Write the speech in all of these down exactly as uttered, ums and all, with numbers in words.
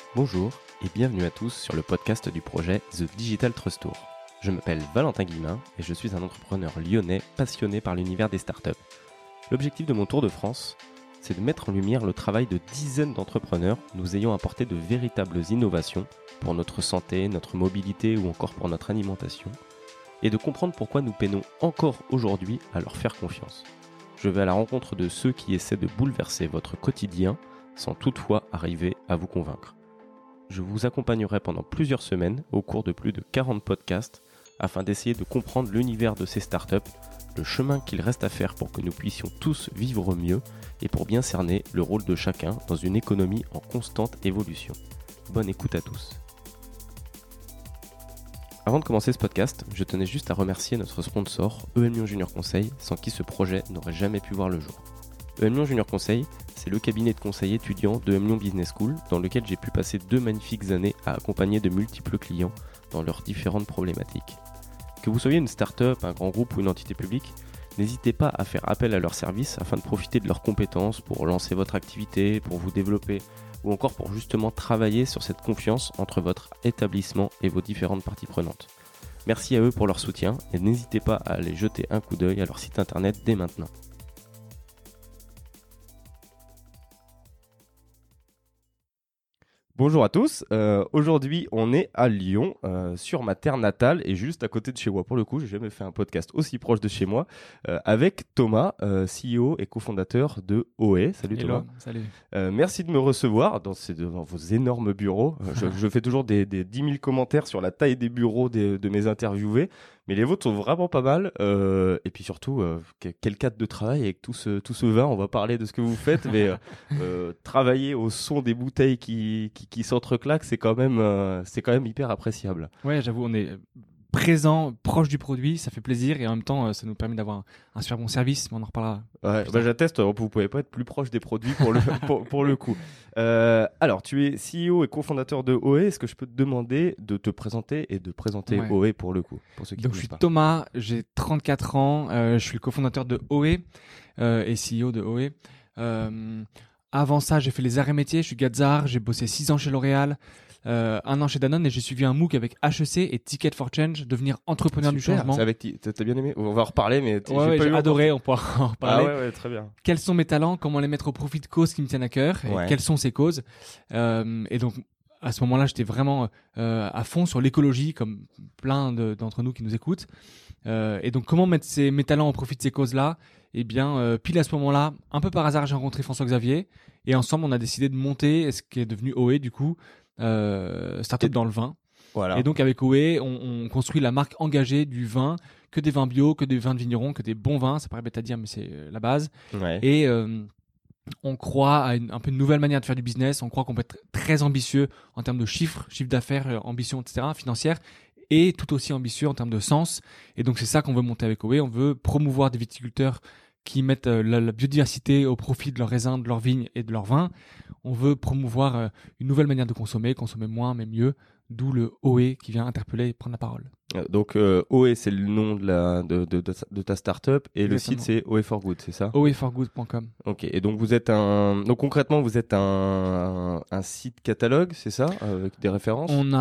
Bonjour et bienvenue à tous sur le podcast du projet The Digital Trust Tour. Je m'appelle Valentin Guillemin et je suis un entrepreneur lyonnais passionné par l'univers des startups. L'objectif de mon tour de France, c'est de mettre en lumière le travail de dizaines d'entrepreneurs nous ayant apporté de véritables innovations pour notre santé, notre mobilité ou encore pour notre alimentation, et de comprendre pourquoi nous peinons encore aujourd'hui à leur faire confiance. Je vais à la rencontre de ceux qui essaient de bouleverser votre quotidien sans toutefois arriver à vous convaincre. Je vous accompagnerai pendant plusieurs semaines au cours de plus de quarante podcasts afin d'essayer de comprendre l'univers de ces startups, le chemin qu'il reste à faire pour que nous puissions tous vivre mieux et pour bien cerner le rôle de chacun dans une économie en constante évolution. Bonne écoute à tous. Avant de commencer ce podcast, je tenais juste à remercier notre sponsor E M Lyon Junior Conseil, sans qui ce projet n'aurait jamais pu voir le jour. E M Lyon Junior Conseil, c'est le cabinet de conseil étudiant de E M Lyon Business School, dans lequel j'ai pu passer deux magnifiques années à accompagner de multiples clients dans leurs différentes problématiques. Que vous soyez une start-up, un grand groupe ou une entité publique, n'hésitez pas à faire appel à leurs services afin de profiter de leurs compétences pour lancer votre activité, pour vous développer ou encore pour justement travailler sur cette confiance entre votre établissement et vos différentes parties prenantes. Merci à eux pour leur soutien et n'hésitez pas à aller jeter un coup d'œil à leur site internet dès maintenant. Bonjour à tous, euh, aujourd'hui on est à Lyon, euh, sur ma terre natale et juste à côté de chez moi. Pour le coup, j'ai jamais fait un podcast aussi proche de chez moi, euh, avec Thomas, euh, C E O et cofondateur de O E. Salut Hello, Thomas. salut. Euh, merci de me recevoir dans, ces, dans vos énormes bureaux. Euh, je, je fais toujours des, des dix mille commentaires sur la taille des bureaux des, de mes interviewés, mais les vôtres sont vraiment pas mal. Euh, et puis surtout, euh, quel cadre de travail avec tout ce, tout ce vin. On va parler de ce que vous faites, mais euh, euh, travailler au son des bouteilles qui, qui, qui s'entreclaquent, c'est quand même, euh, c'est quand même hyper appréciable. Ouais, j'avoue, on est présent, proche du produit, ça fait plaisir et en même temps, ça nous permet d'avoir un, un super bon service, mais on en reparlera. Ouais, bah j'atteste, vous pouvez pas être plus proche des produits pour le, pour, pour le coup. Euh, alors, tu es C E O et cofondateur de O E. Est-ce que je peux te demander de te présenter et de présenter Ouais. O E pour le coup, pour ceux qui Donc, ne je suis pas. Thomas, j'ai trente-quatre ans, euh, je suis le cofondateur de O E euh, et C E O de O E. Euh, avant ça, j'ai fait les arts et métiers, je suis Gazar, j'ai bossé six ans chez L'Oréal. Euh, un an chez Danone et j'ai suivi un MOOC avec H E C et Ticket for Change, devenir entrepreneur Super, du changement. C'est avec t'as bien aimé. On va en reparler, mais Ouais, ouais, pas j'ai eu adoré, on pourra en Ah reparler. ouais, ouais, très bien. Quels sont mes talents, comment les mettre au profit de causes qui me tiennent à cœur et Ouais. quelles sont ces causes. Euh, et donc à ce moment-là, j'étais vraiment euh, à fond sur l'écologie, comme plein de, d'entre nous qui nous écoutent. Euh, et donc comment mettre ces, mes talents au profit de ces causes-là? Eh bien, euh, pile à ce moment-là, un peu par hasard, j'ai rencontré François Xavier et ensemble, on a décidé de monter ce qui est devenu O E du coup, euh, startup Et- dans le vin. Voilà. Et donc avec O E, on, on construit la marque engagée du vin, que des vins bio, que des vins de vignerons, que des bons vins. Ça paraît bête à dire, mais c'est euh, la base. Ouais. Et euh, on croit à une, un peu une nouvelle manière de faire du business. On croit qu'on peut être très ambitieux en termes de chiffres, chiffre d'affaires, euh, ambition, et cetera, financière, et tout aussi ambitieux en termes de sens. Et donc c'est ça qu'on veut monter avec O E. On veut promouvoir des viticulteurs qui mettent euh, la, la biodiversité au profit de leurs raisins, de leurs vignes et de leurs vins. On veut promouvoir euh, une nouvelle manière de consommer, consommer moins mais mieux, d'où le O E qui vient interpeller et prendre la parole. Euh, Donc euh, O E, c'est le nom de la de de, de, de ta startup et le Exactement. site c'est O E for Good, c'est ça? O E for good point com. Ok. Et donc vous êtes un donc concrètement vous êtes un un, un site catalogue, c'est ça, avec des références? On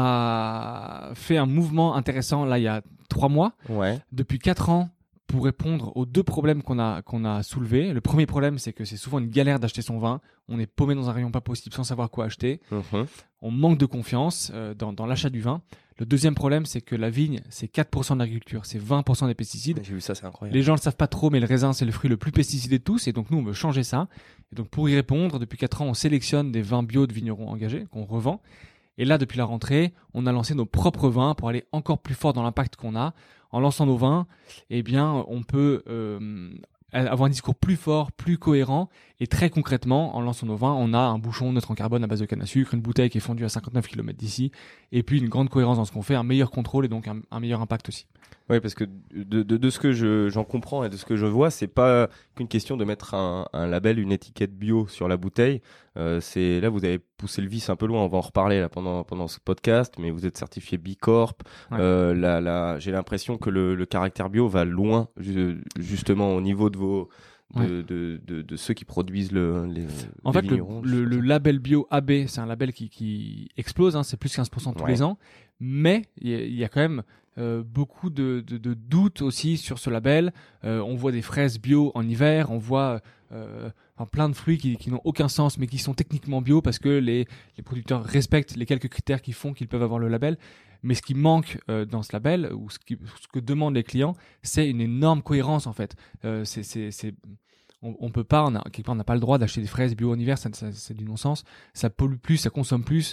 a fait un mouvement intéressant là il y a trois mois. Ouais. Depuis quatre ans, pour répondre aux deux problèmes qu'on a qu'on a soulevés. Le premier problème, c'est que c'est souvent une galère d'acheter son vin. On est paumé dans un rayon pas possible sans savoir quoi acheter. Mhm. On manque de confiance euh, dans, dans l'achat du vin. Le deuxième problème, c'est que la vigne, c'est quatre pour cent de l'agriculture, c'est vingt pour cent des pesticides. J'ai vu ça, c'est incroyable. Les gens le savent pas trop, mais le raisin, c'est le fruit le plus pesticidé de tous. Et donc, nous, on veut changer ça. Et donc, pour y répondre, depuis quatre ans, on sélectionne des vins bio de vignerons engagés qu'on revend. Et là, depuis la rentrée, on a lancé nos propres vins pour aller encore plus fort dans l'impact qu'on a. En lançant nos vins, eh bien, on peut euh, avoir un discours plus fort, plus cohérent. Et très concrètement, en lançant nos vins, on a un bouchon neutre en carbone à base de canne à sucre, une bouteille qui est fondue à cinquante-neuf kilomètres d'ici, et puis une grande cohérence dans ce qu'on fait, un meilleur contrôle et donc un, un meilleur impact aussi. Oui, parce que de, de, de ce que je, j'en comprends et de ce que je vois, c'est pas qu'une question de mettre un, un label, une étiquette bio sur la bouteille. Euh, c'est là, vous avez poussé le vice un peu loin. On va en reparler là pendant pendant ce podcast, mais vous êtes certifié B Corp. Ouais. Euh, là, là, j'ai l'impression que le, le caractère bio va loin, ju- justement au niveau de vos de, Ouais. de, de, de, de ceux qui produisent le, les, En les fait, le, vignerons, le, le label bio A B, c'est un label qui, qui explose, hein, c'est plus quinze pour cent tous Ouais. les ans, mais il y, a- il y a quand même euh, beaucoup de, de, de doutes aussi sur ce label. Euh, on voit des fraises bio en hiver, on voit euh, enfin, plein de fruits qui, qui n'ont aucun sens, mais qui sont techniquement bio parce que les, les producteurs respectent les quelques critères qui font qu'ils peuvent avoir le label. Mais ce qui manque euh, dans ce label, ou ce, qui, ce que demandent les clients, c'est une énorme cohérence en fait. Euh, c'est, c'est, c'est... On, on peut pas, on a, quelque part, on n'a pas le droit d'acheter des fraises bio en hiver, ça, ça, c'est du non-sens. Ça pollue plus, ça consomme plus.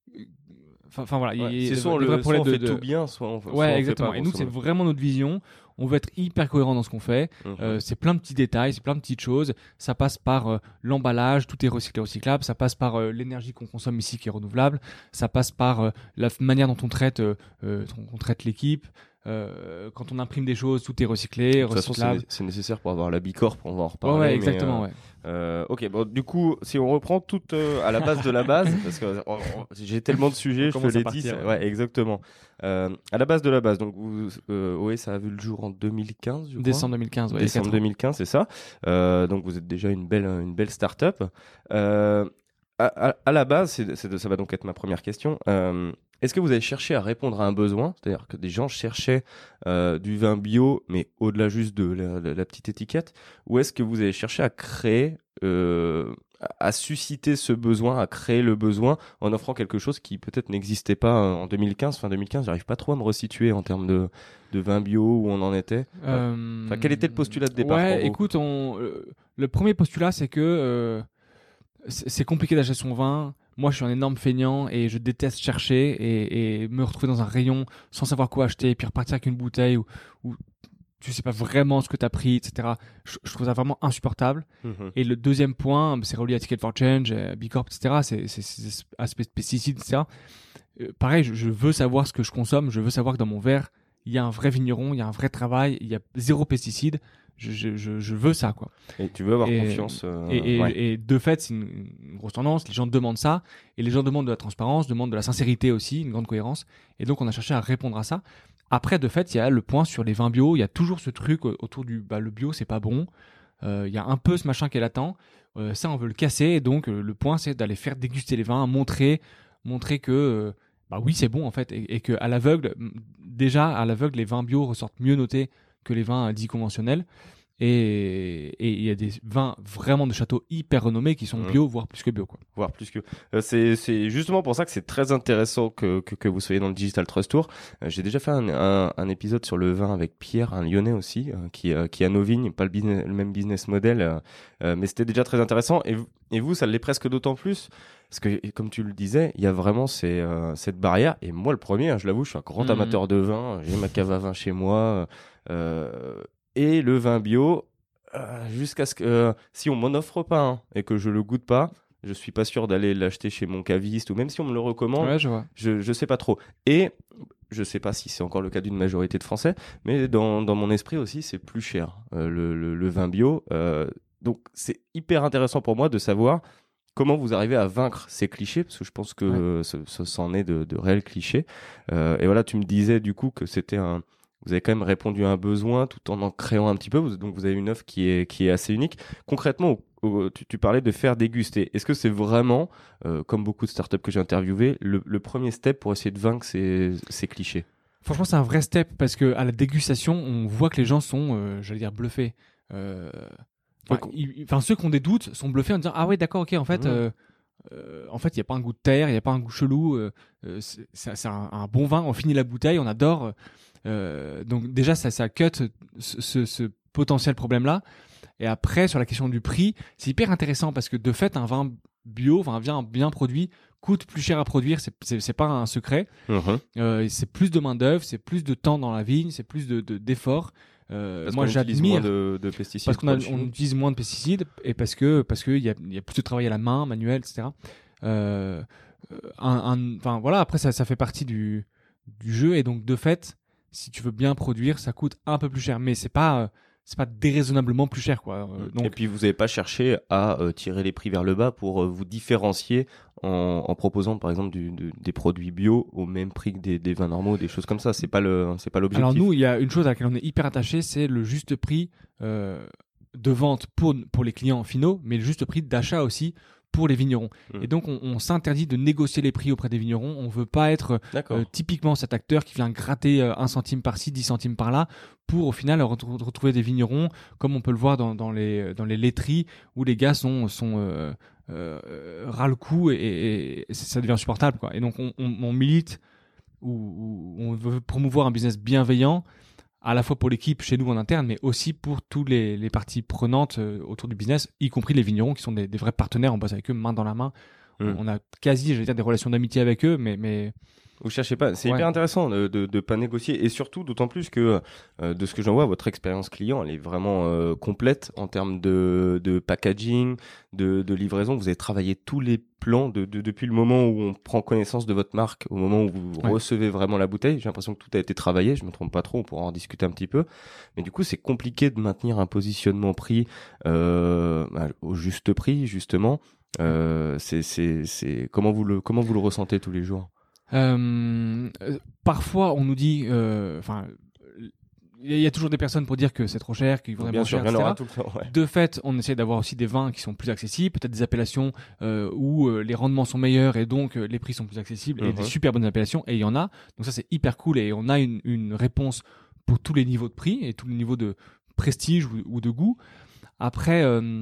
Enfin, enfin voilà, Ouais, il y a c'est des soit on, vrais le, soit problèmes on de, fait de... tout bien, soit on, soit on Ouais, fait exactement. pas. Et nous, c'est grosso vraiment notre vision. On veut être hyper cohérent dans ce qu'on fait. modo. Euh, c'est plein de petits détails, c'est plein de petites choses. Ça passe par euh, l'emballage, tout est recyclé, recyclable. Ça passe par euh, l'énergie qu'on consomme ici qui est renouvelable. Ça passe par euh, la f- manière dont on traite, euh, euh, on traite l'équipe. Euh, quand on imprime des choses, tout est recyclé, De toute façon, c'est, recyclable. né- c'est nécessaire pour avoir la Bicorp, on va en Ouais, reparler. ouais, mais, exactement, euh, ouais. Euh, ok, bon, du coup, si on reprend tout euh, à la base de la base, parce que euh, on- on- j'ai tellement de sujets, On je te commence à l'ai partir, dit, ça- ouais. ouais, exactement. Euh, à la base de la base, donc, vous, euh, O E, ça a vu le jour en deux mille quinze, je crois. Décembre deux mille quinze, ouais. il y a Décembre quatre ans. deux mille quinze, c'est ça. Euh, donc, vous êtes déjà une belle, une belle start-up. Euh, à, à- à la base, c'est, c'est- ça va donc être ma première question. Euh, est-ce que vous avez cherché à répondre à un besoin, c'est-à-dire que des gens cherchaient euh, du vin bio, mais au-delà juste de la, la- la petite étiquette, ou est-ce que vous avez cherché à créer, euh, à à susciter ce besoin, à créer le besoin en offrant quelque chose qui peut-être n'existait pas euh, en deux mille quinze, fin deux mille quinze, j'arrive pas trop à me resituer en termes de, de vin bio, où on en était. Euh, Enfin, quel était le postulat de départ Ouais, pour vous écoute, on, euh, le premier postulat, c'est que euh, c'est c'est compliqué d'acheter son vin. Moi, je suis un énorme feignant et je déteste chercher et, et me retrouver dans un rayon sans savoir quoi acheter, et puis repartir avec une bouteille où, où tu sais pas vraiment ce que tu as pris, et cetera. Je, je trouve ça vraiment insupportable. Mhm. Et le deuxième point, c'est relié à Ticket for Change, à Bicorp, et cetera. C'est c'est- c'est ces aspects de pesticides, et cetera. Euh, pareil, je, je veux savoir ce que je consomme. Je veux savoir que dans mon verre, il y a un vrai vigneron, il y a un vrai travail, il y a zéro pesticide. Je, je, je, je veux ça, quoi. Et tu veux avoir Et- confiance. euh, Et, et, ouais. et de fait, c'est une, une grosse tendance. Les gens demandent ça. Et les gens demandent de la transparence, demandent de la sincérité aussi, une grande cohérence. Et donc, on a cherché à répondre à ça. Après, de fait, il y a le point sur les vins bio. Il y a toujours ce truc autour du bah, le bio, c'est pas bon. Euh, Il y a un peu ce machin qui est latent. Euh, ça, on veut le casser. Et donc, euh, le point, c'est d'aller faire déguster les vins, montrer, montrer que, euh, bah oui, c'est bon en fait. Et, et que à l'aveugle, m- déjà, à l'aveugle, les vins bio ressortent mieux notés que les vins euh, dits conventionnels. Et et il y a des vins vraiment de châteaux hyper renommés qui sont Mhm. bio, voire plus que bio, quoi. Voire plus que. Euh, c'est, c'est justement pour ça que c'est très intéressant que, que, que vous soyez dans le Digital Trust Tour. Euh, j'ai déjà fait un, un, un épisode sur le vin avec Pierre, un Lyonnais aussi, euh, qui, euh, qui a nos vignes, pas le, business, le même business model, euh, euh, mais c'était déjà très intéressant. Et, vous- et vous, ça l'est presque d'autant plus. Parce que, et comme tu le disais, il y a vraiment ces, euh, cette barrière. Et moi, le premier, hein, je l'avoue, je suis un grand Mhm. amateur de vin. J'ai ma cave à vin chez moi. Euh, et le vin bio, euh, jusqu'à ce que, euh, si on m'en offre pas un et que je le goûte pas, je suis pas sûr d'aller l'acheter chez mon caviste, ou même si on me le recommande, Ouais, je vois. je, je sais pas trop. Et je sais pas si c'est encore le cas d'une majorité de Français, mais dans, dans mon esprit aussi, c'est plus cher, euh, le, le, le vin bio. Euh, donc c'est hyper intéressant pour moi de savoir comment vous arrivez à vaincre ces clichés, parce que je pense que Ouais. euh, ce, ce c'en est de, de réels clichés. Euh, et voilà, tu me disais du coup que c'était un... Vous avez quand même répondu à un besoin tout en en créant un petit peu. Vous- Donc vous avez une offre qui est, qui est assez unique. Concrètement, au- au- tu, tu parlais de faire déguster. Est-ce que c'est vraiment, euh, comme beaucoup de startups que j'ai interviewées, le, le premier step pour essayer de vaincre ces, ces clichés? Franchement, c'est un vrai step parce que à la dégustation, on voit que les gens sont, euh, j'allais dire, bluffés. Euh, Enfin, Ouais, ils- enfin, ceux qui ont des doutes sont bluffés en disant ah ouais d'accord ok en fait Mmh. euh, euh, en fait il y a pas un goût de terre, il y a pas un goût chelou, euh, euh, c'est c'est- c'est un, un bon vin, on finit la bouteille, on adore. Euh, donc déjà ça ça cut ce, ce, ce potentiel problème là. Et après sur la question du prix, c'est hyper intéressant parce que de fait un vin bio, enfin un vin bien produit coûte plus cher à produire, c'est c'est c'est pas un secret. Mhm. Euh, c'est plus de main d'œuvre, c'est plus de temps dans la vigne, c'est plus de de- d'efforts. Euh, Parce moi qu'on utilise moins j'admire de, de pesticides. parce qu'on a- pour le on chimie. utilise moins de pesticides et parce que parce que il y a, il y a plus de travail à la main, manuel, et cetera. Euh, un, un- enfin voilà, après ça ça fait partie du du jeu et donc de fait, si tu veux bien produire, ça coûte un peu plus cher, mais c'est pas euh, c'est pas déraisonnablement plus cher quoi. Euh, Et donc puis vous n'avez pas cherché à euh, tirer les prix vers le bas pour euh, vous différencier en, en proposant par exemple du, du- des produits bio au même prix que des, des vins normaux, des choses comme ça. C'est pas le, c'est pas l'objectif. alors nous, il y a une chose à laquelle on est hyper attaché, c'est le juste prix euh, de vente pour, pour les clients finaux, mais le juste prix d'achat aussi pour les vignerons. Mmh. Et donc, on, on s'interdit de négocier les prix auprès des vignerons. On ne veut pas être euh, typiquement cet acteur qui vient gratter euh, un centime par-ci, dix centimes par-là, pour au final re- retrouver des vignerons, comme on peut le voir dans, dans, les, dans les laiteries, où les gars sont, sont euh, euh, ras le cou et, et, et ça devient insupportable, quoi. Et donc, on, on, on milite, ou, ou on veut promouvoir un business bienveillant, à la fois pour l'équipe chez nous en interne, mais aussi pour toutes les, les parties prenantes euh, autour du business, y compris les vignerons qui sont des, des vrais partenaires. On bosse avec eux main dans la main. Mmh. On a quasi, je vais dire, des relations d'amitié avec eux, mais... mais... Vous cherchez pas. C'est ouais. hyper intéressant de, de, de pas négocier et surtout d'autant plus que euh, de ce que j'en vois, votre expérience client, elle est vraiment euh, complète en termes de, de packaging, de, de livraison. Vous avez travaillé tous les plans de, de, depuis le moment où on prend connaissance de votre marque au moment où vous ouais. recevez vraiment la bouteille. J'ai l'impression que tout a été travaillé. Je me trompe pas trop. On pourra en discuter un petit peu. Mais du coup, c'est compliqué de maintenir un positionnement prix euh, bah, au juste prix justement. Euh, c'est, c'est, c'est comment vous le comment vous le ressentez tous les jours? Euh, parfois, on nous dit, enfin, euh, il y a toujours des personnes pour dire que c'est trop cher, qu'ils voudraient moins cher, et cetera. Tout le temps, ouais. De fait, on essaie d'avoir aussi des vins qui sont plus accessibles, peut-être des appellations euh, où euh, les rendements sont meilleurs et donc euh, les prix sont plus accessibles, mm-hmm. et des super bonnes appellations, et il y en a. Donc ça, c'est hyper cool et on a une, une réponse pour tous les niveaux de prix et tous les niveaux de prestige ou, ou de goût. Après. Euh,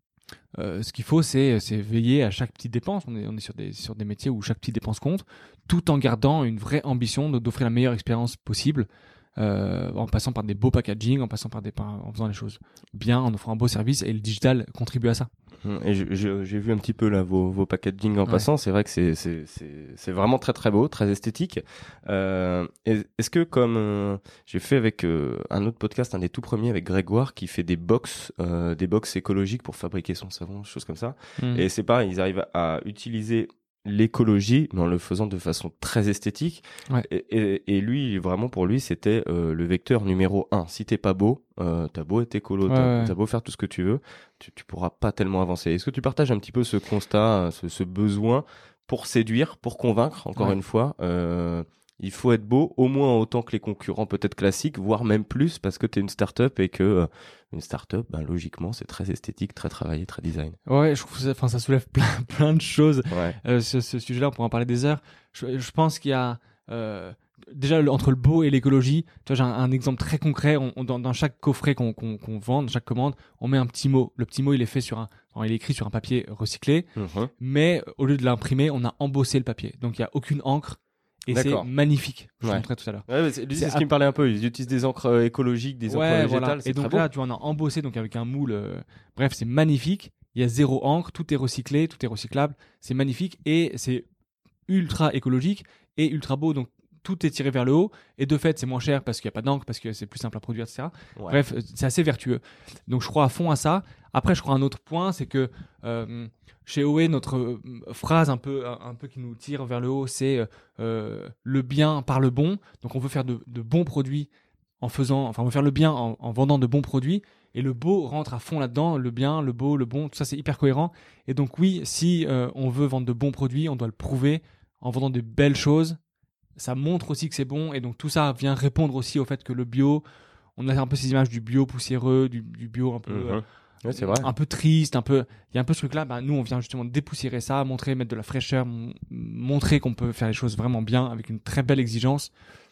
Euh, ce qu'il faut, c'est, c'est veiller à chaque petite dépense. On est, on est sur, des, sur des métiers où chaque petite dépense compte, tout en gardant une vraie ambition de, d'offrir la meilleure expérience possible, euh, en passant par des beaux packaging, en passant par des, en faisant les choses bien, en offrant un beau service, et le digital contribue à ça. Et je, je, j'ai vu un petit peu là vos, vos packaging en ouais. passant. C'est vrai que c'est, c'est, c'est, c'est vraiment très très beau, très esthétique. Euh, est-ce que comme euh, j'ai fait avec euh, un autre podcast, un des tout premiers avec Grégoire, qui fait des box, euh, des box écologiques pour fabriquer son savon, des choses comme ça. Mmh. Et c'est pareil, ils arrivent à utiliser l'écologie, mais en le faisant de façon très esthétique. Ouais. Et, et, et lui, vraiment pour lui, c'était euh, le vecteur numéro un. Si t'es pas beau, euh, t'as beau être écolo, ouais, t'as, ouais. t'as beau faire tout ce que tu veux, tu, tu pourras pas tellement avancer. Est-ce que tu partages un petit peu ce constat, ce, ce besoin pour séduire, pour convaincre, encore ouais. une fois euh, il faut être beau au moins autant que les concurrents peut-être classiques, voire même plus, parce que t'es une start-up et que euh, une start-up, ben, logiquement, c'est très esthétique, très travaillé, très design. Ouais, je trouve que ça, enfin, ça soulève plein, plein de choses. Ouais. Euh, ce, ce sujet-là, on pourra en parler des heures. Je, je pense qu'il y a euh, déjà entre le beau et l'écologie. Tu vois, j'ai un, un exemple très concret. On, on, dans, dans chaque coffret qu'on, qu'on, qu'on vend, dans chaque commande, on met un petit mot. Le petit mot, il est fait sur un, enfin, il est écrit sur un papier recyclé, mm-hmm. mais au lieu de l'imprimer, on a embossé le papier. Donc il y a aucune encre. Et D'accord. c'est magnifique. Je ouais. vous montrais tout à l'heure. Ouais, c'est, lui, c'est, c'est ce à... qui me parlait un peu. Ils utilisent des encres écologiques, des encres ouais, végétales. Voilà. C'est et donc très là, beau. tu vois, on a embossé donc avec un moule. Euh... Bref, c'est magnifique. Il y a zéro encre, tout est recyclé, tout est recyclable. C'est magnifique et c'est ultra écologique et ultra beau. Donc tout est tiré vers le haut et de fait, c'est moins cher parce qu'il n'y a pas d'encre, parce que c'est plus simple à produire, et cetera. Ouais. Bref, c'est assez vertueux. Donc je crois à fond à ça. Après, je crois à un autre point, c'est que euh, chez O E, notre euh, phrase un peu, un, un peu qui nous tire vers le haut, c'est euh, le bien par le bon. Donc on veut faire de, de bons produits en faisant, enfin on veut faire le bien en, en vendant de bons produits. Et le beau rentre à fond là-dedans, le bien, le beau, le bon, tout ça c'est hyper cohérent. Et donc oui, si euh, on veut vendre de bons produits, on doit le prouver en vendant de belles choses. Ça montre aussi que c'est bon, et donc tout ça vient répondre aussi au fait que le bio, on a un peu ces images du bio poussiéreux, du, du bio un peu, mmh. euh, ouais, c'est vrai. un peu triste, un peu, il y a un peu ce truc-là. Bah nous, on vient justement dépoussiérer ça, montrer, mettre de la fraîcheur, m- montrer qu'on peut faire les choses vraiment bien avec une très belle exigence.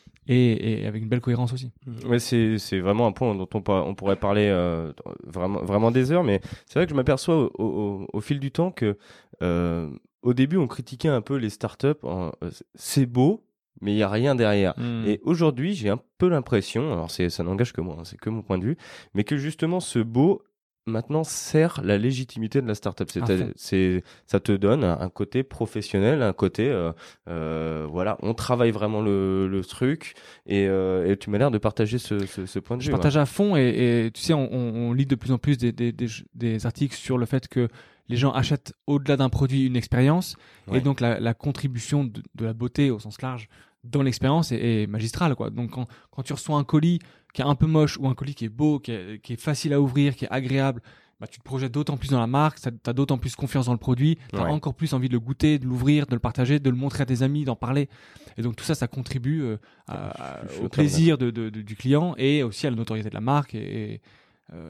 Et, et avec une belle cohérence aussi. Ouais, c'est c'est vraiment un point dont on, on pourrait parler euh, vraiment vraiment des heures, mais c'est vrai que je m'aperçois au, au, au fil du temps que euh, au début on critiquait un peu les startups, en, euh, c'est beau, mais il y a rien derrière. Mmh. Et aujourd'hui, j'ai un peu l'impression, alors c'est ça n'engage que moi, hein, c'est que mon point de vue, mais que justement ce beau maintenant sert la légitimité de la startup. C'est, ah, c'est, ça te donne un côté professionnel, un côté, euh, euh, voilà, on travaille vraiment le, le truc, et, euh, et tu m'as l'air de partager ce, ce, ce point de vue. Je partage ouais. à fond, et, et tu sais, on, on, on lit de plus en plus des, des, des, des articles sur le fait que les gens achètent au-delà d'un produit une expérience, ouais. et donc la, la contribution de, de la beauté au sens large dans l'expérience est, est magistrale, quoi. Donc quand, quand tu reçois un colis qui est un peu moche ou un colis qui est beau, qui est, qui est facile à ouvrir, qui est agréable, bah, tu te projettes d'autant plus dans la marque, tu as d'autant plus confiance dans le produit, tu as ouais. encore plus envie de le goûter, de l'ouvrir, de le partager, de le montrer à tes amis, d'en parler. Et donc tout ça, ça contribue euh, à, à, au plaisir de, de, de, du client et aussi à la notoriété de la marque. Et, et euh,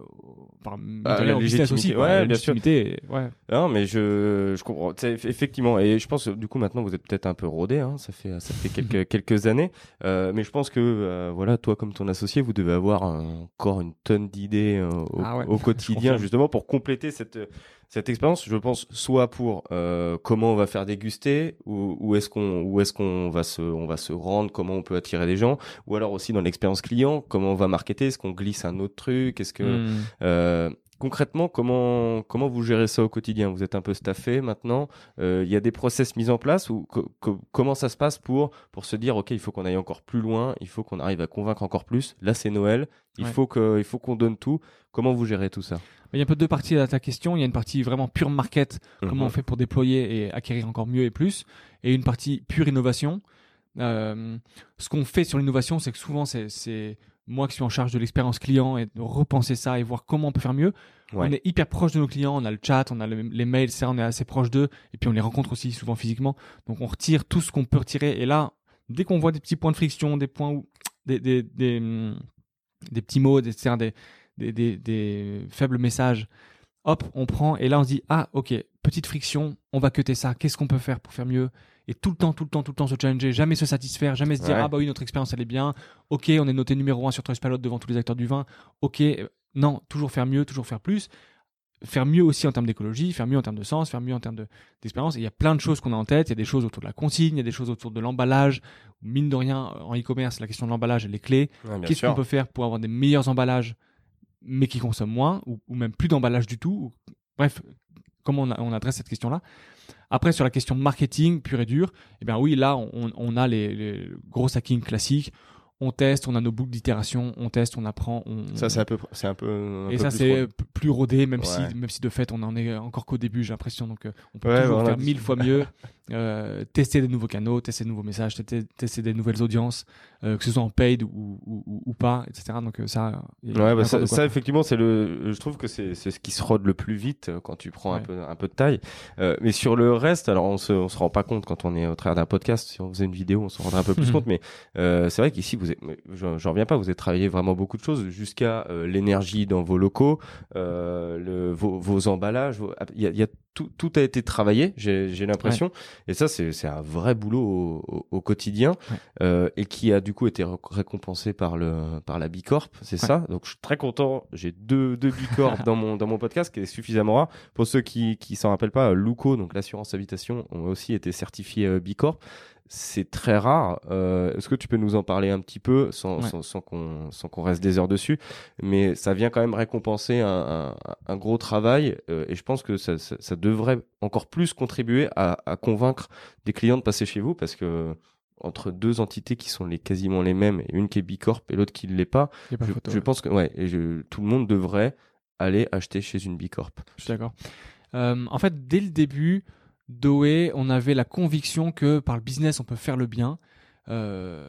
par ah, la au business aussi, quoi, ouais, la bien sûr. légitimité, ouais. Non, mais je, je comprends. Tu sais, effectivement, et je pense du coup maintenant vous êtes peut-être un peu rodé, hein, ça fait ça fait quelques quelques années, euh, mais je pense que euh, voilà, toi comme ton associé, vous devez avoir un- encore une tonne d'idées euh, au, Ah ouais, au je quotidien confirme. justement pour compléter cette cette expérience. Je pense soit pour euh, comment on va faire déguster, ou, ou est-ce qu'on où est-ce qu'on va se on va se rendre, comment on peut attirer des gens, ou alors aussi dans l'expérience client, comment on va marketer, est-ce qu'on glisse un autre truc, est-ce que Hmm. euh, concrètement, comment comment vous gérez ça au quotidien? Vous êtes un peu staffé maintenant. Euh, Il y a des process mis en place ou co- co- comment ça se passe pour pour se dire ok, il faut qu'on aille encore plus loin, il faut qu'on arrive à convaincre encore plus. Là, c'est Noël, il Ouais. faut que il faut qu'on donne tout. Comment vous gérez tout ça? Il y a un peu deux parties à ta question. Il y a une partie vraiment pure market, comment on Mhm. fait pour déployer et acquérir encore mieux et plus, et une partie pure innovation. Euh, ce qu'on fait sur l'innovation, c'est que souvent c'est, c'est moi qui suis en charge de l'expérience client et de repenser ça et voir comment on peut faire mieux. Ouais. On est hyper proche de nos clients, on a le chat, on a le- les mails, ça, on est assez proche d'eux, et puis on les rencontre aussi souvent physiquement. Donc on retire tout ce qu'on peut retirer. Et là, dès qu'on voit des petits points de friction, des points où des des des, hum, des petits mots, des, c'est-à-dire des, des, des, des faibles messages, hop, on prend et là on se dit ah ok, petite friction, on va cutter ça. Qu'est-ce qu'on peut faire pour faire mieux? Et tout le temps, tout le temps, tout le temps se challenger, jamais se satisfaire, jamais se dire Ouais. ah bah oui notre expérience elle est bien, ok on est noté numéro un sur Trustpilot devant tous les acteurs du vin, ok non toujours faire mieux, toujours faire plus, faire mieux aussi en termes d'écologie, faire mieux en termes de sens, faire mieux en termes de, d'expérience. Et il y a plein de choses qu'on a en tête. Il y a des choses autour de la consigne, il y a des choses autour de l'emballage. Mine de rien, en e-commerce, la question de l'emballage elle est clé. Ouais, bien Qu'est-ce sûr. qu'on peut faire pour avoir des meilleurs emballages, mais qui consomment moins, ou, ou même plus d'emballage du tout? Ou- Bref, comment on, a- on adresse cette question-là? Après, sur la question marketing pure et dure, eh bien oui, là, on, on a les, les gros hacking classiques. On teste, on a nos boucles d'itération, on teste, on apprend. On, Ça, c'est un peu, c'est un peu. Un et peu ça, plus c'est trop- p- plus rodé, même, Ouais. si, même si de fait, on en est encore qu'au début, j'ai l'impression. Donc, euh, on peut Ouais, toujours on a faire dit- mille fois mieux. Euh, tester des nouveaux canaux, tester de nouveaux messages, tester, tester des nouvelles audiences, euh, que ce soit en paid ou, ou, ou, ou pas, et cetera. Donc, euh, ça, il y a- il y a Ouais, bah encore ça, de quoi ça, faire. effectivement, c'est le. Je trouve que c'est c'est ce qui se rôde le plus vite euh, quand tu prends un Ouais. peu un peu de taille. Euh, mais sur le reste, alors on se on se rend pas compte quand on est au travers d'un podcast. Si on faisait une vidéo, on se rendrait un peu plus Mhm. compte. Mais euh, c'est vrai qu'ici, vous êtes, j'en j'en reviens pas. Vous avez travaillé vraiment beaucoup de choses, jusqu'à euh, l'énergie dans vos locaux, euh, le, vos, vos emballages. vos- Il y a, il y a tout, tout a été travaillé. J'ai j'ai l'impression. Et ça, c'est c'est un vrai boulot au, au, au quotidien, Ouais. euh, et qui a du coup été ré- récompensé par le par la Bicorp. C'est Ouais. ça. Donc je suis très content. J'ai deux deux Bicorp dans mon dans mon podcast, qui est suffisamment rare. Pour ceux qui qui s'en rappellent pas, Luco, donc l'assurance habitation, ont aussi été certifiés euh, Bicorp. C'est très rare. Euh, est-ce que tu peux nous en parler un petit peu, sans Ouais. sans, sans qu'on sans qu'on reste des heures dessus, mais ça vient quand même récompenser un un, un gros travail, euh, et je pense que ça, ça ça devrait encore plus contribuer à à convaincre des clients de passer chez vous, parce que entre deux entités qui sont les quasiment les mêmes, et une qui est Bicorp et l'autre qui ne l'est pas, Il y a pas je, photo, je ouais. pense que ouais, et je, tout le monde devrait aller acheter chez une Bicorp. Je suis d'accord. Euh, en fait, dès le début, d'Oé, on avait la conviction que par le business, on peut faire le bien. Euh,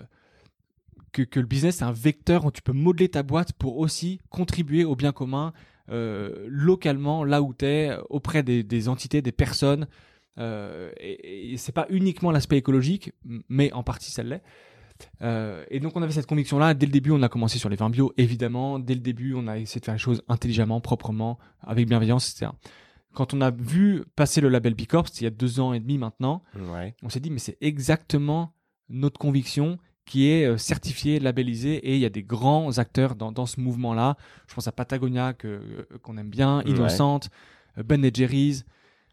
que, que le business, c'est un vecteur où tu peux modeler ta boîte pour aussi contribuer au bien commun euh, localement, là où tu es, auprès des, des entités, des personnes. Euh, et, et c'est pas uniquement l'aspect écologique, mais en partie ça l'est. Euh, et donc on avait cette conviction-là. Dès le début, on a commencé sur les vins bio, évidemment. Dès le début, on a essayé de faire les choses intelligemment, proprement, avec bienveillance, et cetera. Quand on a vu passer le label Bicorp, c'était il y a deux ans et demi maintenant, Ouais. on s'est dit mais c'est exactement notre conviction qui est euh, certifiée, labellisée, et il y a des grands acteurs dans, dans ce mouvement-là. Je pense à Patagonia que, euh, qu'on aime bien, Ouais. Innocent, euh, Ben et Jerry's,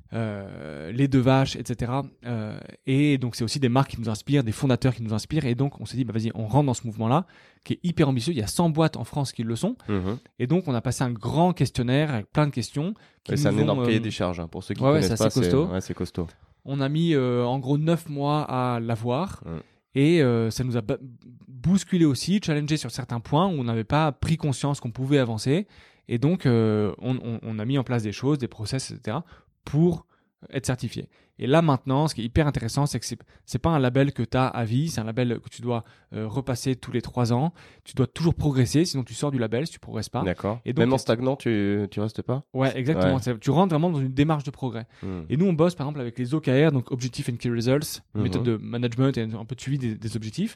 euh, les deux vaches, et cetera. Euh, et donc c'est aussi des marques qui nous inspirent, des fondateurs qui nous inspirent, et donc on s'est dit bah vas-y, on rentre dans ce mouvement-là qui est hyper ambitieux. Il y a cent boîtes en France qui le sont, Mhm. et donc on a passé un grand questionnaire avec plein de questions. Qui Ouais, c'est nous un ont, énorme euh, cahier des charges, hein, pour ceux qui ouais, ouais, connaissent c'est pas. assez costaud. Ouais, c'est costaud. On a mis euh, en gros neuf mois à l'avoir. Mm. Et euh, ça nous a ba- bousculé aussi, challengé sur certains points où on n'avait pas pris conscience qu'on pouvait avancer. Et donc, euh, on, on- on a mis en place des choses, des process, et cetera pour être certifié. Et là, maintenant, ce qui est hyper intéressant, c'est que c'est, c'est pas un label que tu as à vie, c'est un label que tu dois euh, repasser tous les trois ans. Tu dois toujours progresser, sinon tu sors du label si tu progresses pas. D'accord. Et donc, Même en est-ce- stagnant, tu tu restes pas. Ouais, exactement. Ouais. C'est- Tu rentres vraiment dans une démarche de progrès. Mm. Et nous, on bosse par exemple avec les O K R, donc Objective and Key Results, Mhm. méthode de management et un peu de suivi des, des objectifs,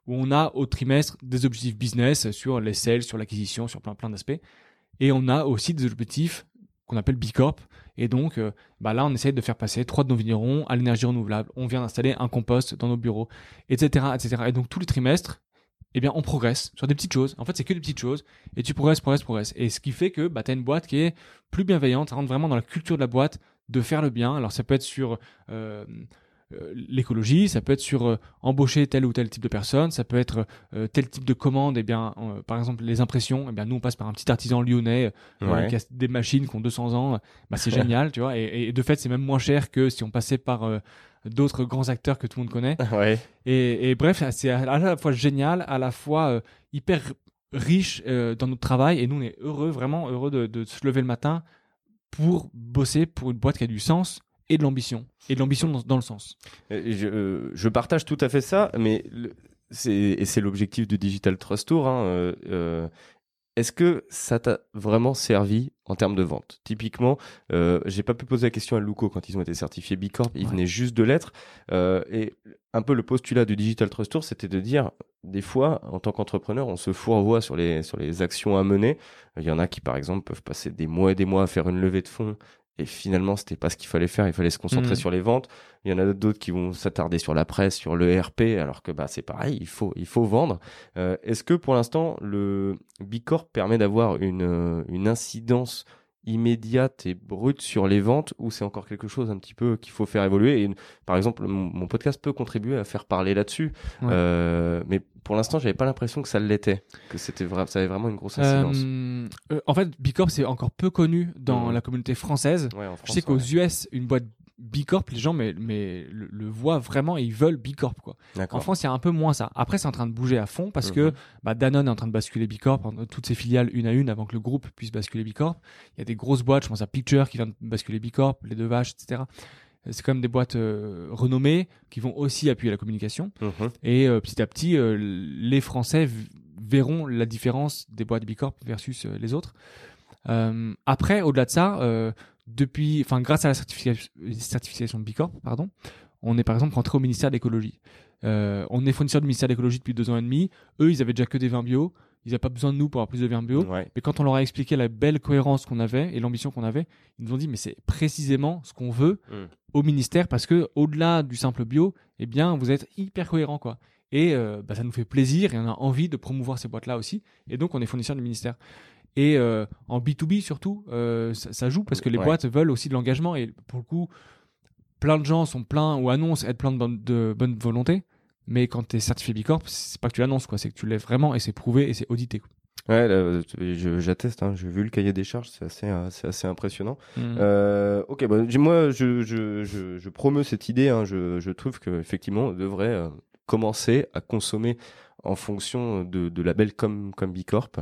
où on a au trimestre des objectifs business sur les sales, sur l'acquisition, sur plein, plein d'aspects. Et on a aussi des objectifs qu'on appelle B Corp. Et donc, euh, bah là, on essaye de faire passer trois de nos vignerons à l'énergie renouvelable. On vient d'installer un compost dans nos bureaux, et cetera, et cetera. Et donc, tous les trimestres, eh bien, on progresse sur des petites choses. En fait, c'est que des petites choses. Et tu progresses, progresses, progresses. Et ce qui fait que bah, tu as une boîte qui est plus bienveillante. Ça rentre vraiment dans la culture de la boîte de faire le bien. Alors, ça peut être sur euh, euh, l'écologie, ça peut être sur euh, embaucher tel ou tel type de personne, ça peut être euh, tel type de commande. Eh bien, euh, par exemple, les impressions. Eh bien, nous, on passe par un petit artisan lyonnais euh, Ouais. qui a des machines qui ont deux cents ans. Bah, c'est génial, tu vois. Et, et de fait, c'est même moins cher que si on passait par... Euh, d'autres grands acteurs que tout le monde connaît. Ouais. Et, et bref, c'est à la fois génial, à la fois euh, hyper riche euh, dans notre travail. Et nous, on est heureux, vraiment heureux de, de se lever le matin pour bosser pour une boîte qui a du sens et de l'ambition. Et de l'ambition dans, dans le sens. Je, euh, je partage tout à fait ça, mais le, c'est, et c'est l'objectif du Digital Trust Tour. Hein, euh, euh, Est-ce que ça t'a vraiment servi en termes de vente? Typiquement, euh, j'ai pas pu poser la question à Luco quand ils ont été certifiés B Corp, ils Ouais. venaient juste de l'être. Euh, et un peu le postulat du Digital Trust Tour, c'était de dire, des fois, en tant qu'entrepreneur, on se fourvoie sur les, sur les actions à mener. Il y en a qui, par exemple, peuvent passer des mois et des mois à faire une levée de fonds. Et finalement, c'était pas ce qu'il fallait faire. Il fallait se concentrer Mmh. sur les ventes. Il y en a d'autres qui vont s'attarder sur la presse, sur le R P, alors que bah c'est pareil. Il faut, il faut vendre. Euh, est-ce que pour l'instant, le B Corp permet d'avoir une, une incidence immédiate et brute sur les ventes, ou c'est encore quelque chose un petit peu qu'il faut faire évoluer? Et par exemple, mon, mon podcast peut contribuer à faire parler là-dessus. Ouais. Euh, mais pour l'instant, j'avais pas l'impression que ça l'était, que c'était vrai, ça avait vraiment une grosse incidence. Euh, euh, en fait, B Corp, c'est encore peu connu dans Mmh. la communauté française. Ouais, en Je France, sais qu'aux ouais. U S, une boîte B Corp, les gens mais, mais le, le voient vraiment et ils veulent B Corp, quoi. En D'accord. France, il y a un peu moins ça. Après, c'est en train de bouger à fond parce Mhm. que bah, Danone est en train de basculer B Corp, toutes ses filiales une à une avant que le groupe puisse basculer B Corp. Il y a des grosses boîtes, je pense à Picture qui vient de basculer B Corp, les Deux Vaches, et cetera. C'est quand même des boîtes euh, renommées qui vont aussi appuyer la communication. Mhm. Et euh, petit à petit, euh, les Français v- verront la différence des boîtes B Corp versus euh, les autres. Euh, après, au-delà de ça, euh, depuis, enfin, grâce à la certification, certification B Corp, pardon, on est par exemple rentré au ministère de l'écologie. Euh, on est fournisseur du ministère de l'écologie depuis deux ans et demi. Eux, ils avaient déjà que des vins bio. Ils n'avaient pas besoin de nous pour avoir plus de vins bio. Ouais. Mais quand on leur a expliqué la belle cohérence qu'on avait et l'ambition qu'on avait, ils nous ont dit mais c'est précisément ce qu'on veut Mm. au ministère parce que au-delà du simple bio, eh bien vous êtes hyper cohérent quoi. Et euh, bah, ça nous fait plaisir et on a envie de promouvoir ces boîtes-là aussi. Et donc on est fournisseur du ministère. Et euh, en B deux B surtout, euh, ça, ça joue parce que les Ouais. boîtes veulent aussi de l'engagement et pour le coup, plein de gens sont pleins ou annoncent être plein de bonne, de bonne volonté. Mais quand tu es certifié B Corp, c'est pas que tu l'annonces, quoi. C'est que tu l'es vraiment et c'est prouvé et c'est audité, quoi. Ouais, là, je- j'atteste, hein, j'ai vu le cahier des charges, c'est assez, euh, c'est assez impressionnant. Mmh. Euh, ok, bah, j'ai- moi je, je, je, je promeus cette idée, hein, je, je trouve qu'effectivement on devrait euh, commencer à consommer en fonction de, de labels comme, comme B Corp.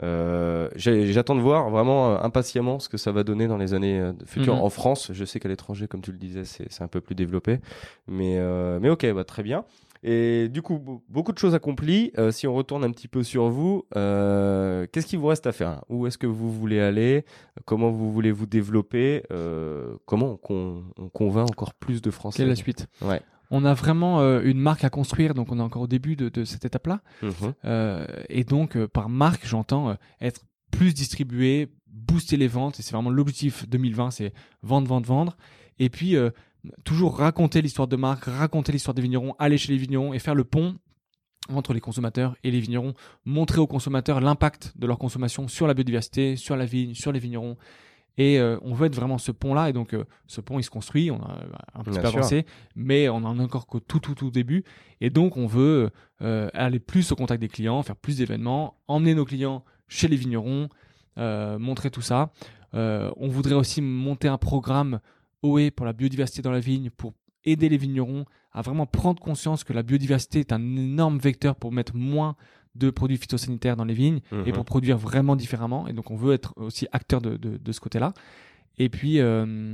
Euh, j'ai- j'attends de voir vraiment euh, impatiemment ce que ça va donner dans les années euh, futures Mhm. en France. Je sais qu'à l'étranger, comme tu le disais, c'est c'est un peu plus développé. Mais, euh, mais ok, bah, très bien. Et du coup, be- beaucoup de choses accomplies. Euh, si on retourne un petit peu sur vous, euh, qu'est-ce qu'il vous reste à faire? Où est-ce que vous voulez aller? Comment vous voulez vous développer? Euh, comment on, con- on convainc encore plus de Français? Quelle est la suite? Ouais. On a vraiment euh, une marque à construire, donc on est encore au début de, de cette étape-là. Mhm. Euh, et donc, euh, par marque, j'entends euh, être plus distribué, booster les ventes. Et c'est vraiment l'objectif deux mille vingt, c'est vendre, vendre, vendre. Et puis, euh, toujours raconter l'histoire de marque, raconter l'histoire des vignerons, aller chez les vignerons et faire le pont entre les consommateurs et les vignerons, montrer aux consommateurs l'impact de leur consommation sur la biodiversité, sur la vigne, sur les vignerons. Et euh, on veut être vraiment ce pont-là. Et donc, euh, ce pont, il se construit. On a un petit Bien peu sûr. avancé, mais on en est encore qu'au tout, tout, tout début. Et donc, on veut euh, aller plus au contact des clients, faire plus d'événements, emmener nos clients chez les vignerons, euh, montrer tout ça. Euh, on voudrait aussi monter un programme O E pour la biodiversité dans la vigne, pour aider les vignerons à vraiment prendre conscience que la biodiversité est un énorme vecteur pour mettre moins de produits phytosanitaires dans les vignes Mhm. et pour produire vraiment différemment. Et donc, on veut être aussi acteur de, de, de ce côté-là. Et puis, euh,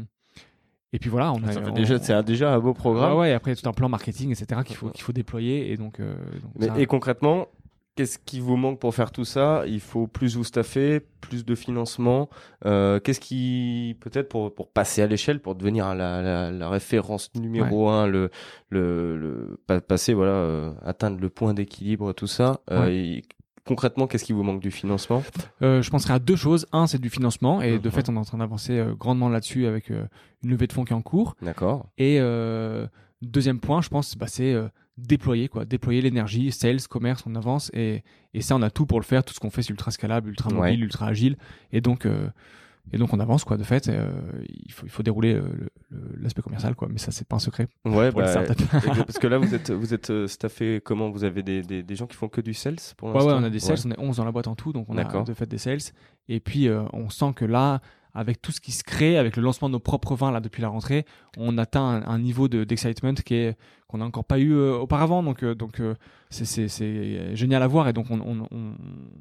et puis voilà, on a Ça fait on- déjà, c'est un- déjà un beau programme. Ouais, ouais, après, il y a tout un plan marketing, et cetera, qu'il faut, qu'il faut déployer. Et donc, euh, donc Mais, ça- et concrètement, qu'est-ce qui vous manque pour faire tout ça? Il faut plus vous staffer, plus de financement. Euh, qu'est-ce qui, peut-être pour, pour passer à l'échelle, pour devenir la, la, la référence numéro ouais. un, le, le, le, passer, voilà, euh, atteindre le point d'équilibre, tout ça. Euh, ouais. et, concrètement, qu'est-ce qui vous manque du financement? euh, Je penserais à deux choses. Un, c'est du financement. Et mmh. de fait, on est en train d'avancer euh, grandement là-dessus avec euh, une levée de fonds qui est en cours. D'accord. Et euh, deuxième point, je pense, bah, c'est euh, déployer, quoi. Déployer l'énergie, sales, commerce, on avance. Et, et ça, on a tout pour le faire. Tout ce qu'on fait, c'est ultra scalable, ultra mobile, ouais. ultra agile. Et donc... Euh, Et donc on avance quoi de fait. Euh, il faut il faut dérouler euh, le, le, l'aspect commercial quoi, mais ça c'est pas un secret. Ouais bah, parce que là vous êtes vous êtes euh, staffé comment? Vous avez des, des des gens qui font que du sales pour l'instant? Ouais ouais on a des sales, ouais. on est onze dans la boîte en tout, donc on D'accord. a de fait des sales. Et puis euh, on sent que là avec tout ce qui se crée, avec le lancement de nos propres vins là depuis la rentrée, on atteint un, un niveau de d'excitement qui est qu'on n'a encore pas eu euh, auparavant. Donc euh, donc euh, c'est c'est c'est génial à voir et donc on on, on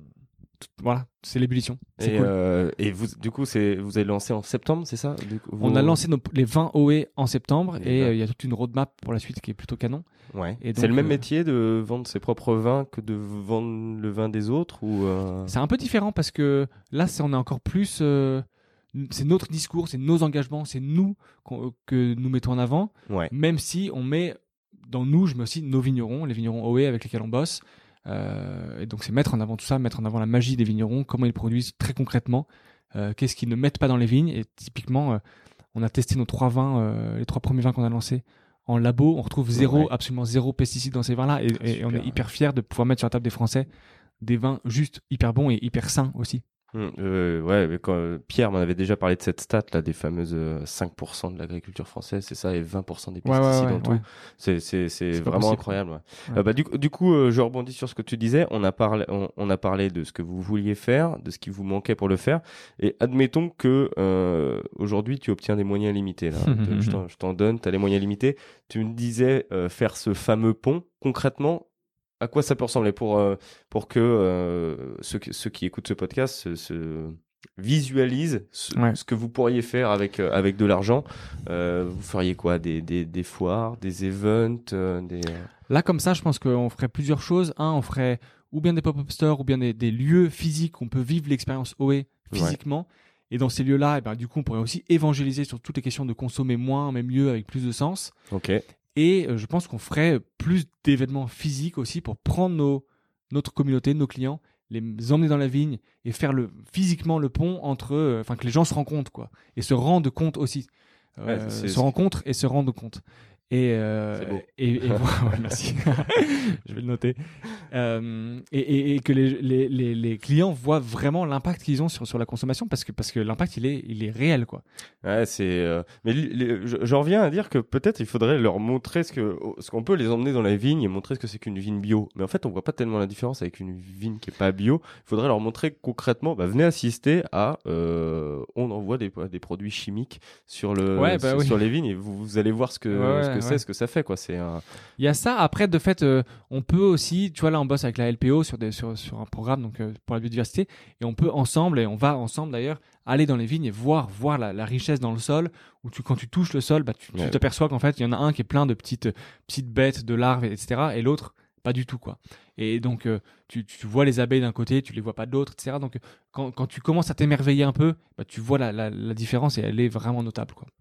voilà, c'est l'ébullition. C'est et, cool. euh, et vous, du coup, c'est, vous avez lancé en septembre, c'est ça? Du coup, vous... On a lancé nos, les vins O E en septembre et il euh, y a toute une roadmap pour la suite qui est plutôt canon. Ouais. Et donc, c'est le même euh... métier de vendre ses propres vins que de vendre le vin des autres ou euh... C'est un peu différent parce que là, c'est, on est encore plus. Euh, c'est notre discours, c'est nos engagements, c'est nous que nous mettons en avant. Ouais. Même si on met dans nous, je mets aussi nos vignerons, les vignerons O E avec lesquels on bosse. Euh, et donc c'est mettre en avant tout ça, mettre en avant la magie des vignerons, comment ils produisent très concrètement, euh, qu'est-ce qu'ils ne mettent pas dans les vignes. Et typiquement, euh, on a testé nos trois vins, euh, les trois premiers vins qu'on a lancés en labo, on retrouve zéro, ouais. absolument zéro pesticides dans ces vins-là, et, et, et on est hyper fiers de pouvoir mettre sur la table des Français des vins juste hyper bons et hyper sains aussi. Mmh, euh, ouais, mais quand euh, Pierre m'en avait déjà parlé de cette stat là, des fameuses euh, cinq pour cent de l'agriculture française, c'est ça, et vingt pour cent des pesticides ouais, ouais, ouais, en tout. Ouais. C'est c'est c'est, c'est vraiment incroyable. Ouais. Ouais. Euh, bah du du coup, euh, je rebondis sur ce que tu disais. On a parlé on, on a parlé de ce que vous vouliez faire, de ce qui vous manquait pour le faire, et admettons que euh, aujourd'hui tu obtiens des moyens limités là. de, je, t'en, je t'en donne, tu as les moyens limités. Tu me disais euh, faire ce fameux pont concrètement. À quoi ça peut ressembler pour, euh, pour que euh, ceux, ceux qui écoutent ce podcast se, se visualisent ce, ouais. ce que vous pourriez faire avec, euh, avec de l'argent? euh, Vous feriez quoi? Des, des, des foires, des events euh, des... Là, comme ça, je pense qu'on ferait plusieurs choses. Un, on ferait ou bien des pop-up stores ou bien des, des lieux physiques où on peut vivre l'expérience O E physiquement. Ouais. Et dans ces lieux-là, eh ben, du coup, on pourrait aussi évangéliser sur toutes les questions de consommer moins, mais mieux, avec plus de sens. Ok. Et euh, je pense qu'on ferait plus d'événements physiques aussi pour prendre nos, notre communauté, nos clients, les emmener dans la vigne et faire le, physiquement le pont entre... Enfin, euh, que les gens se rencontrent, quoi. Et se rendent compte aussi. Euh, ouais, se rencontrent et se rendent compte. Et, euh, c'est beau. et, et ouais, merci. Je vais le noter. Euh, et, et, et que les, les, les, les clients voient vraiment l'impact qu'ils ont sur, sur la consommation parce que, parce que l'impact, il est, il est réel, quoi. Ouais, c'est, euh, mais les, je, j'en reviens à dire que peut-être il faudrait leur montrer ce que, ce qu'on peut les emmener dans la vigne et montrer ce que c'est qu'une vigne bio. Mais en fait, on voit pas tellement la différence avec une vigne qui est pas bio. Il faudrait leur montrer concrètement, bah, venez assister à, euh, on envoie des, des produits chimiques sur le, ouais, bah, sur, oui. sur les vignes et vous, vous allez voir ce que, ouais, ce que ouais. c'est, ce que ça fait, quoi. C'est un... Il y a ça. Après, de fait, euh, on peut aussi, tu vois, là, on bosse avec la L P O sur des, sur, sur un programme, donc, euh, pour la biodiversité, et on peut ensemble, et on va ensemble d'ailleurs, aller dans les vignes et voir, voir la, la richesse dans le sol, où tu, quand tu touches le sol, bah, tu, ouais. tu t'aperçois qu'en fait, il y en a un qui est plein de petites, petites bêtes, de larves, et cetera, et l'autre, pas du tout, quoi. Et donc, euh, tu, tu vois les abeilles d'un côté, tu les vois pas de l'autre, et cetera. Donc, quand, quand tu commences à t'émerveiller un peu, bah, tu vois la, la, la différence et elle est vraiment notable, quoi.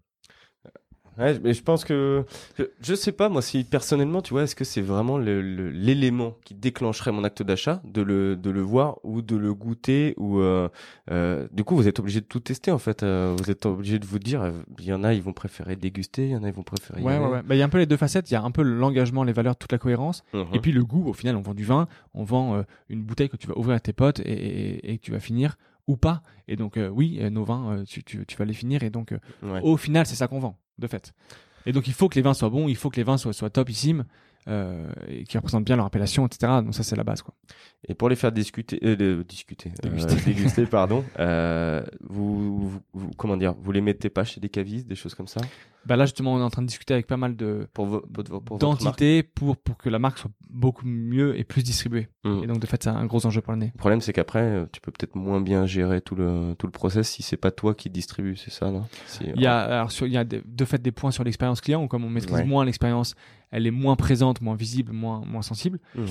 Ouais, mais je pense que je, je sais pas moi si personnellement tu vois est-ce que c'est vraiment le, le, l'élément qui déclencherait mon acte d'achat de le de le voir ou de le goûter ou euh, euh, du coup vous êtes obligé de tout tester en fait euh, vous êtes obligé de vous dire il y en a ils vont préférer déguster il y en a ils vont préférer ouais ouais ouais bah il y a un peu les deux facettes il y a un peu l'engagement les valeurs toute la cohérence mmh. et puis le goût au final on vend du vin on vend euh, une bouteille que tu vas ouvrir à tes potes et, et, et que tu vas finir ou pas et donc euh, oui euh, nos vins euh, tu, tu tu vas les finir et donc euh, ouais. Au final c'est ça qu'on vend de fait. Et donc il faut que les vins soient bons, il faut que les vins soient, soient topissimes, euh, et qui représentent bien leur appellation, et cetera. Donc ça c'est la base, quoi. Et pour les faire discuter, euh, de, discuter, déguster, euh, déguster, pardon, euh, vous, vous, vous, comment dire, vous les mettez pas chez des cavistes, des choses comme ça? Bah là justement on est en train de discuter avec pas mal de pour vo- pour, pour d'entités pour pour que la marque soit beaucoup mieux et plus distribuée. Mmh. Et donc de fait c'est un gros enjeu pour l'année. Le problème c'est qu'après tu peux peut-être moins bien gérer tout le tout le process si c'est pas toi qui distribue, c'est ça là. Si, il y a alors sur, il y a de, de fait des points sur l'expérience client où comme on maîtrise ouais. moins l'expérience, elle est moins présente, moins visible, moins moins sensible. Mmh.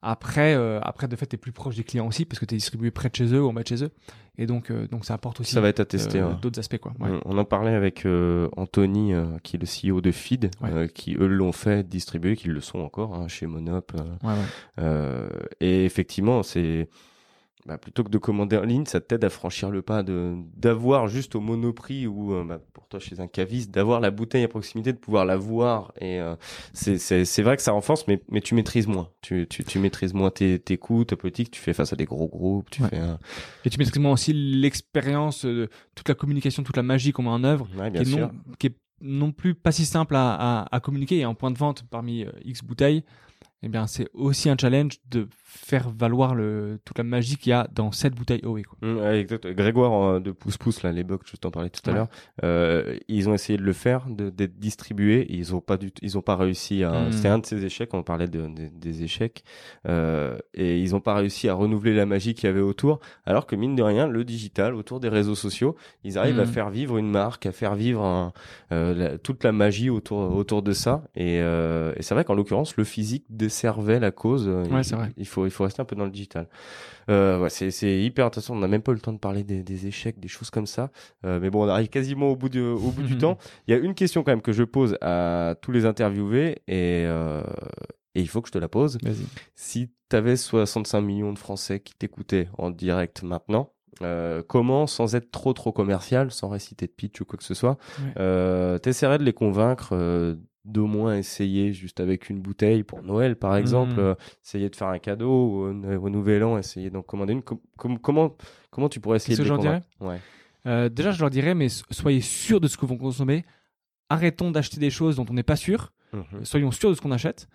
Après, euh, après de fait, tu es plus proche des clients aussi parce que tu es distribué près de chez eux ou en bas de chez eux. Et donc, euh, donc ça apporte aussi ça va être à tester, euh, ouais. d'autres aspects. Quoi. Ouais. On en parlait avec euh, Anthony, euh, qui est le C E O de Feed, Ouais. euh, qui eux l'ont fait distribuer, qui le sont encore hein, chez Monop. Euh, Ouais, ouais. euh, et effectivement, c'est bah, plutôt que de commander en ligne, ça t'aide à franchir le pas de d'avoir juste au Monoprix ou euh, bah, pour toi chez un caviste, d'avoir la bouteille à proximité, de pouvoir la voir. Et euh, c'est c'est c'est vrai que ça renforce, mais mais tu maîtrises moins. Tu tu tu maîtrises moins tes tes coûts, ta politique. Tu fais face à des gros groupes. Tu Ouais. fais un... Et tu maîtrises moins aussi l'expérience, euh, toute la communication, toute la magie qu'on met en œuvre, ouais, bien qui, est sûr. non, qui est non plus pas si simple à, à, à communiquer. Et en point de vente parmi euh, X bouteilles, eh bien, c'est aussi un challenge de faire valoir le, toute la magie qu'il y a dans cette bouteille O E. Quoi. Mmh, ouais, exact. Grégoire euh, de Pouce Pouce, là, les bugs, je t'en parlais tout à Ouais. l'heure, euh, ils ont essayé de le faire, de, d'être distribués, et ils ont pas du, ils ont pas réussi à. Mmh. C'était un de ces échecs. On parlait de, de- des échecs, euh, et ils ont pas réussi à renouveler la magie qu'il y avait autour. Alors que mine de rien, le digital, autour des réseaux sociaux, ils arrivent Mmh. à faire vivre une marque, à faire vivre un, euh, la- toute la magie autour autour de ça. Et, euh, et c'est vrai qu'en l'occurrence, le physique desservait la cause. Ouais, il, c'est vrai. il faut, il faut rester un peu dans le digital. Euh, ouais, c'est, c'est hyper intéressant. On n'a même pas eu le temps de parler des, des échecs, des choses comme ça. Euh, mais bon, on arrive quasiment au bout du, au bout du temps. Il y a une question quand même que je pose à tous les interviewés et, euh, et il faut que je te la pose. Vas-y. Si tu avais soixante-cinq millions de Français qui t'écoutaient en direct maintenant, euh, comment, sans être trop trop commercial, sans réciter de pitch ou quoi que ce soit, Ouais. euh, t'essaierais de les convaincre euh, d'au moins essayer juste avec une bouteille pour Noël par exemple, Mmh. euh, essayer de faire un cadeau ou au, au Nouvel An, essayer d'en commander une. Com- com- comment comment tu pourrais essayer Qu'est-ce de que les je leur convaincre? Ouais. Euh, déjà, je leur dirais, mais so- soyez sûrs de ce que vous consommez. Arrêtons d'acheter des choses dont on n'est pas sûr. Mhm. Soyons sûrs de ce qu'on achète.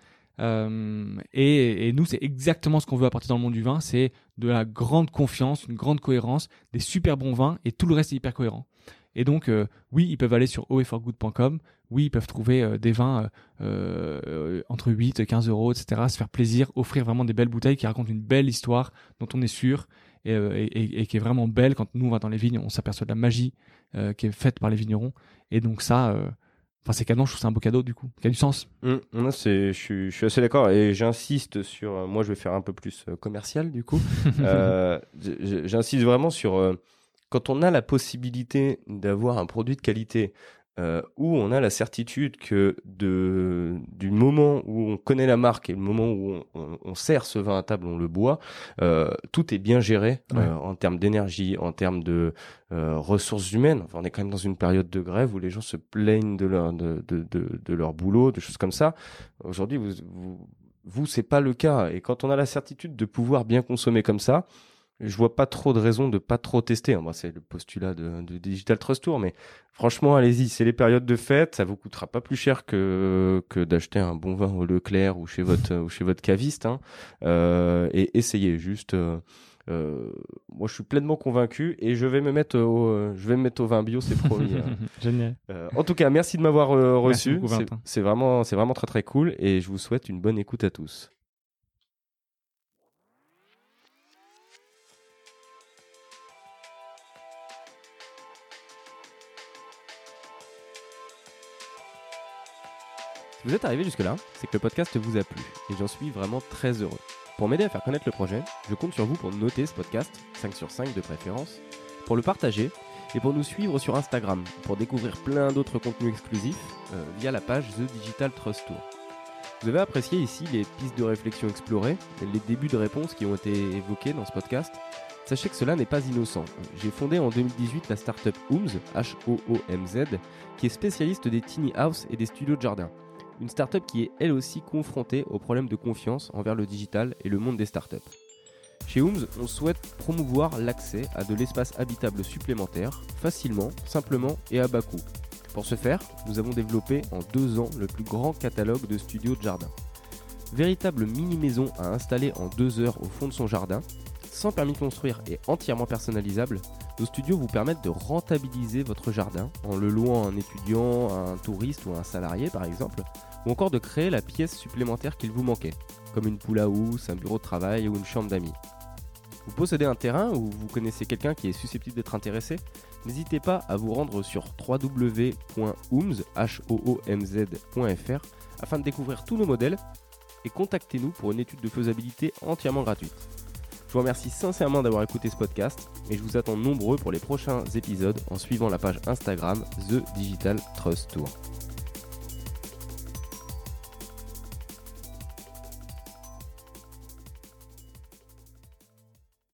Euh, et, et nous, c'est exactement ce qu'on veut apporter dans le monde du vin. C'est de la grande confiance, une grande cohérence, des super bons vins et tout le reste est hyper cohérent. Et donc, euh, oui, ils peuvent aller sur o e for good point com. Oui, ils peuvent trouver euh, des vins euh, euh, entre huit et quinze euros, et cetera. Se faire plaisir, offrir vraiment des belles bouteilles qui racontent une belle histoire dont on est sûr et, euh, et, et, et qui est vraiment belle. Quand nous, on va dans les vignes, on s'aperçoit de la magie euh, qui est faite par les vignerons. Et donc ça, euh, enfin, c'est cadeau, je trouve que c'est un beau cadeau du coup, qui a du sens. Mmh, non, c'est, je suis, je suis assez d'accord et j'insiste sur. euh, Moi, je vais faire un peu plus euh, commercial du coup. Euh, j- j- j'insiste vraiment sur euh, quand on a la possibilité d'avoir un produit de qualité euh, où on a la certitude que de du moment où on connaît la marque et le moment où on, on, on sert ce vin à table, on le boit, euh, tout est bien géré Ouais. euh, en termes d'énergie, en termes de euh, ressources humaines. Enfin, on est quand même dans une période de grève où les gens se plaignent de leur de de de, de leur boulot, de choses comme ça. Aujourd'hui, vous vous vous c'est pas le cas et quand on a la certitude de pouvoir bien consommer comme ça, je vois pas trop de raisons de pas trop tester. Moi, c'est le postulat de, de Digital Trust Tour, mais franchement, allez-y. C'est les périodes de fête, ça vous coûtera pas plus cher que que d'acheter un bon vin au Leclerc ou chez votre ou chez votre caviste. Hein. Euh, et essayez juste. Euh, euh, moi, je suis pleinement convaincu et je vais me mettre au, euh, je vais me mettre au vin bio, c'est promis. hein. Génial. Euh, en tout cas, merci de m'avoir euh, Merci reçu. beaucoup, C'est, Valentin. c'est vraiment, c'est vraiment très très cool et je vous souhaite une bonne écoute à tous. Si vous êtes arrivé jusque-là, c'est que le podcast vous a plu et j'en suis vraiment très heureux. Pour m'aider à faire connaître le projet, je compte sur vous pour noter ce podcast, cinq sur cinq de préférence, pour le partager et pour nous suivre sur Instagram pour découvrir plein d'autres contenus exclusifs euh, via la page The Digital Trust Tour. Vous avez apprécié ici les pistes de réflexion explorées, les débuts de réponses qui ont été évoqués dans ce podcast. Sachez que cela n'est pas innocent. J'ai fondé en deux mille dix-huit la startup Hoomz, H O O M Z, qui est spécialiste des tiny house et des studios de jardin. Une startup qui est elle aussi confrontée aux problèmes de confiance envers le digital et le monde des startups. Chez Hoomz, on souhaite promouvoir l'accès à de l'espace habitable supplémentaire, facilement, simplement et à bas coût. Pour ce faire, nous avons développé en deux ans le plus grand catalogue de studios de jardin. Véritable mini-maison à installer en deux heures au fond de son jardin, sans permis de construire et entièrement personnalisable, nos studios vous permettent de rentabiliser votre jardin en le louant à un étudiant, à un touriste ou à un salarié par exemple, ou encore de créer la pièce supplémentaire qu'il vous manquait, comme une pool à housse, un bureau de travail ou une chambre d'amis. Vous possédez un terrain ou vous connaissez quelqu'un qui est susceptible d'être intéressé ? N'hésitez pas à vous rendre sur w w w point hoomz point f r afin de découvrir tous nos modèles et contactez-nous pour une étude de faisabilité entièrement gratuite. Je vous remercie sincèrement d'avoir écouté ce podcast et je vous attends nombreux pour les prochains épisodes en suivant la page Instagram The Digital Trust Tour.